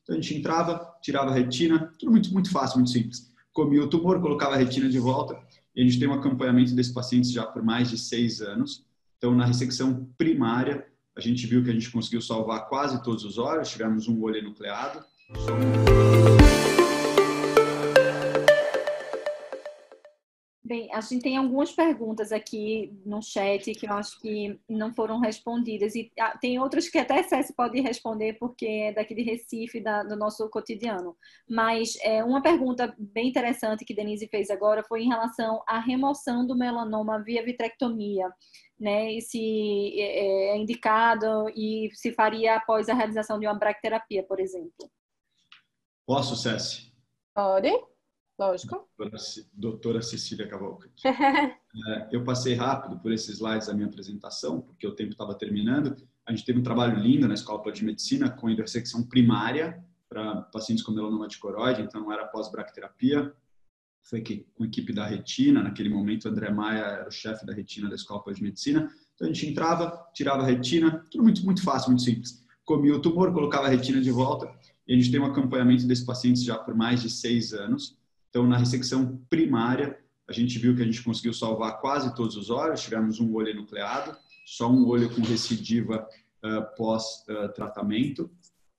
Então a gente entrava, tirava a retina, tudo muito fácil, muito simples. Comia o tumor, colocava a retina de volta e a gente tem um acompanhamento desses pacientes já por mais de 6 anos. Então na ressecção primária, a gente viu que a gente conseguiu salvar quase todos os olhos, tivemos um olho enucleado. Bem, a gente tem algumas perguntas aqui no chat que eu acho que não foram respondidas. E tem outras que até a Cési pode responder, porque é daqui de Recife, do nosso cotidiano. Mas uma pergunta bem interessante que Denise fez agora foi em relação à remoção do melanoma via vitrectomia, né? E se é indicado e se faria após a realização de uma bracterapia, por exemplo. Posso, Cési? Pode. Lógico. Doutora Cecília Cavalcante. Eu passei rápido por esses slides da minha apresentação, porque o tempo estava terminando. A gente teve um trabalho lindo na Escola de Medicina com ressecção primária para pacientes com melanoma de coroide, então não era pós-bracterapia. Foi com a equipe da retina, naquele momento o André Maia era o chefe da retina da Escola de Medicina. Então a gente entrava, tirava a retina, tudo muito fácil, muito simples. Comia o tumor, colocava a retina de volta e a gente tem um acompanhamento desses pacientes já por mais de 6 anos. Então, na ressecção primária, a gente viu que a gente conseguiu salvar quase todos os olhos, tivemos um olho enucleado, só um olho com recidiva pós-tratamento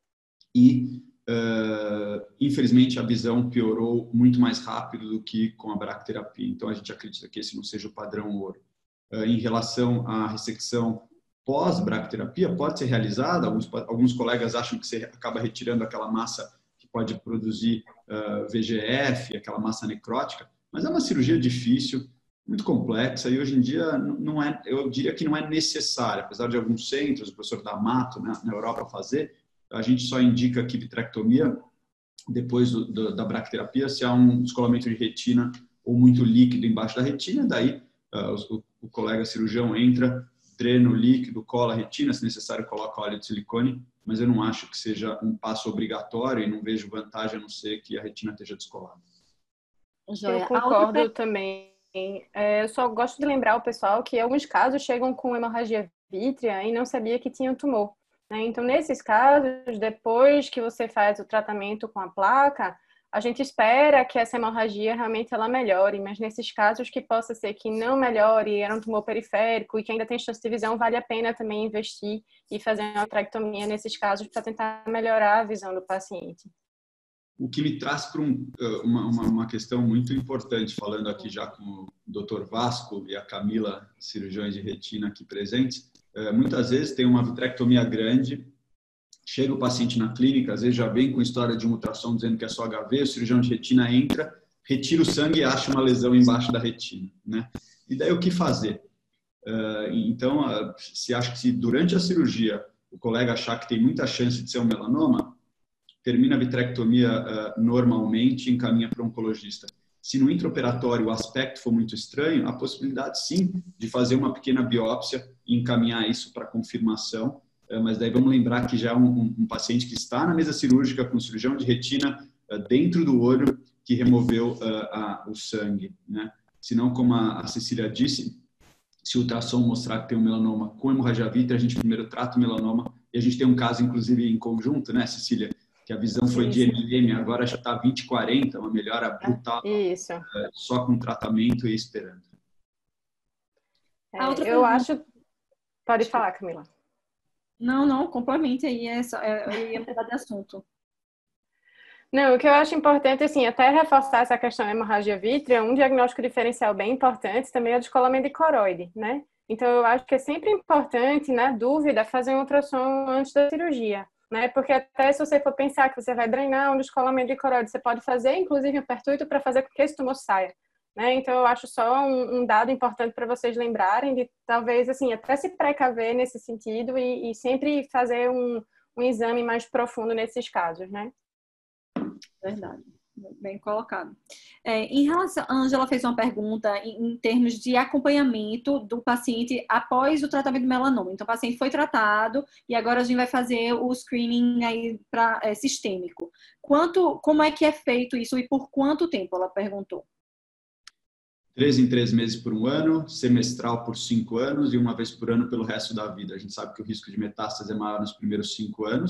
e, infelizmente, a visão piorou muito mais rápido do que com a bracterapia. Então, a gente acredita que esse não seja o padrão ouro. Em relação à ressecção pós-bracterapia, pode ser realizada, alguns colegas acham que você acaba retirando aquela massa pode produzir VGF, aquela massa necrótica, mas é uma cirurgia difícil, muito complexa e hoje em dia não é, eu diria que não é necessária, apesar de alguns centros, o professor D'Amato, né, na Europa fazer, a gente só indica que vitrectomia depois da bracterapia se há um descolamento de retina ou muito líquido embaixo da retina, daí o colega cirurgião entra, drena o líquido, cola a retina, se necessário coloca óleo de silicone, mas eu não acho que seja um passo obrigatório e não vejo vantagem a não ser que a retina esteja descolada. Eu concordo também. Eu só gosto de lembrar o pessoal que em alguns casos chegam com hemorragia vítrea e não sabia que tinha tumor, né? Então, nesses casos, depois que você faz o tratamento com a placa, a gente espera que essa hemorragia realmente ela melhore, mas nesses casos que possa ser que não melhore, era um tumor periférico e que ainda tem chance de visão, vale a pena também investir e fazer uma vitrectomia nesses casos para tentar melhorar a visão do paciente. O que me traz para uma questão muito importante, falando aqui já com o Dr. Vasco e a Camila, cirurgiões de retina aqui presentes, muitas vezes tem uma vitrectomia grande, chega o paciente na clínica, às vezes já vem com história de um ultrassom dizendo que é só HV, o cirurgião de retina entra, retira o sangue e acha uma lesão embaixo da retina, né? E daí o que fazer? Então, se acha que se durante a cirurgia o colega achar que tem muita chance de ser um melanoma, termina a vitrectomia normalmente e encaminha para o oncologista. Se no intraoperatório o aspecto for muito estranho, há possibilidade sim de fazer uma pequena biópsia e encaminhar isso para confirmação. Mas daí vamos lembrar que já é um paciente que está na mesa cirúrgica com cirurgião de retina dentro do olho que removeu o sangue, né? Se não, como a Cecília disse, se o ultrassom mostrar que tem um melanoma com hemorragia vítrea, a gente primeiro trata o melanoma e a gente tem um caso, inclusive, em conjunto, né, Cecília? Que a visão foi de MM, agora já está 20/40, uma melhora brutal, Isso. Só com tratamento e esperando. Eu acho... Pode falar, Camila. Não, complemente aí, eu ia mudar de assunto. Não, o que eu acho importante, assim, até reforçar essa questão da hemorragia vítrea, um diagnóstico diferencial bem importante também é o descolamento de coroide, né? Então, eu acho que é sempre importante, na dúvida, fazer um ultrassom antes da cirurgia, né? Porque até se você for pensar que você vai drenar um descolamento de coroide, você pode fazer, inclusive, um pertuito para fazer com que esse tumor saia, né? Então, eu acho só um dado importante para vocês lembrarem de, talvez, assim, até se precaver nesse sentido e sempre fazer um exame mais profundo nesses casos, né? Verdade, bem colocado. Em relação, a Ângela fez uma pergunta em termos de acompanhamento do paciente após o tratamento do melanoma. Então, o paciente foi tratado e agora a gente vai fazer o screening aí sistêmico. Como é que é feito isso e por quanto tempo? Ela perguntou. 3 em 3 meses por 1 ano, semestral por 5 anos e uma vez por ano pelo resto da vida. A gente sabe que o risco de metástase é maior nos primeiros 5 anos.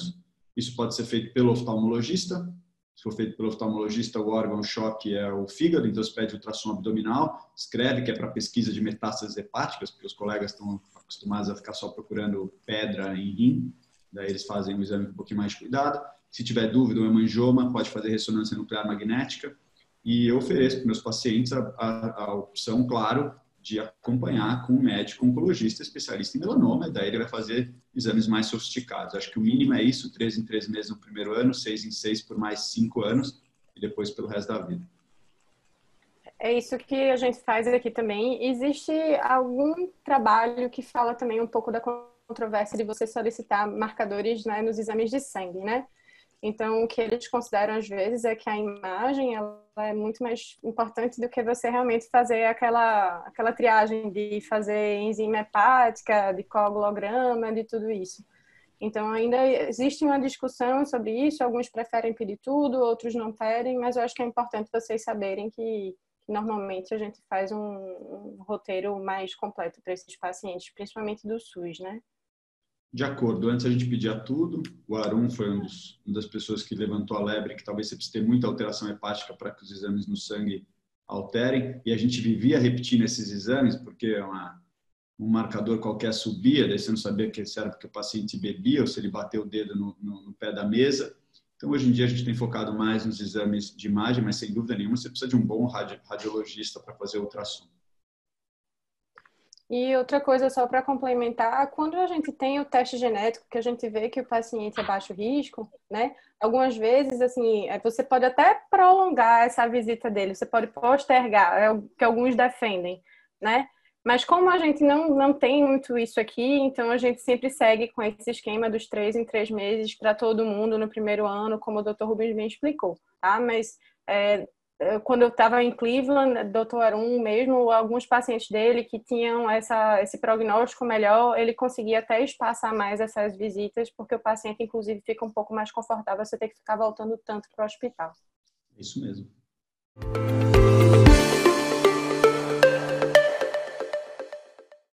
Isso pode ser feito pelo oftalmologista. Se for feito pelo oftalmologista, o órgão-choque é o fígado, então você pede ultrassom abdominal, escreve que é para pesquisa de metástases hepáticas, porque os colegas estão acostumados a ficar só procurando pedra em rim, daí eles fazem um exame com um pouquinho mais de cuidado. Se tiver dúvida, um hemangioma, pode fazer ressonância nuclear magnética, e eu ofereço para meus pacientes a opção, claro, de acompanhar com um médico oncologista especialista em melanoma, e daí ele vai fazer exames mais sofisticados. Acho que o mínimo é isso, 3 em 3 meses no primeiro ano, 6 em 6 por mais 5 anos, e depois pelo resto da vida. É isso que a gente faz aqui também. Existe algum trabalho que fala também um pouco da controvérsia de você solicitar marcadores, né, nos exames de sangue, né? Então, o que eles consideram às vezes é que a imagem ela é muito mais importante do que você realmente fazer aquela triagem de fazer enzima hepática, de coagulograma, de tudo isso. Então, ainda existe uma discussão sobre isso. Alguns preferem pedir tudo, outros não pedem, mas eu acho que é importante vocês saberem que normalmente a gente faz um roteiro mais completo para esses pacientes, principalmente do SUS, né? De acordo, antes a gente pedia tudo, o Arun foi uma das pessoas que levantou a lebre que talvez você precise ter muita alteração hepática para que os exames no sangue alterem, e a gente vivia repetindo esses exames, porque um marcador qualquer subia, daí você não sabia se era porque o paciente bebia ou se ele bateu o dedo no pé da mesa. Então, hoje em dia, a gente tem focado mais nos exames de imagem, mas sem dúvida nenhuma você precisa de um bom radiologista para fazer o ultrassom. E outra coisa, só para complementar, quando a gente tem o teste genético, que a gente vê que o paciente é baixo risco, né? Algumas vezes, assim, você pode até prolongar essa visita dele, você pode postergar, é o que alguns defendem, né? Mas como a gente não tem muito isso aqui, então a gente sempre segue com esse esquema dos 3 em 3 meses para todo mundo no primeiro ano, como o Dr. Rubens bem explicou, tá? Mas quando eu estava em Cleveland, Dr. Arun mesmo, alguns pacientes dele que tinham esse prognóstico melhor, ele conseguia até espaçar mais essas visitas, porque o paciente, inclusive, fica um pouco mais confortável, você ter que ficar voltando tanto para o hospital. Isso mesmo.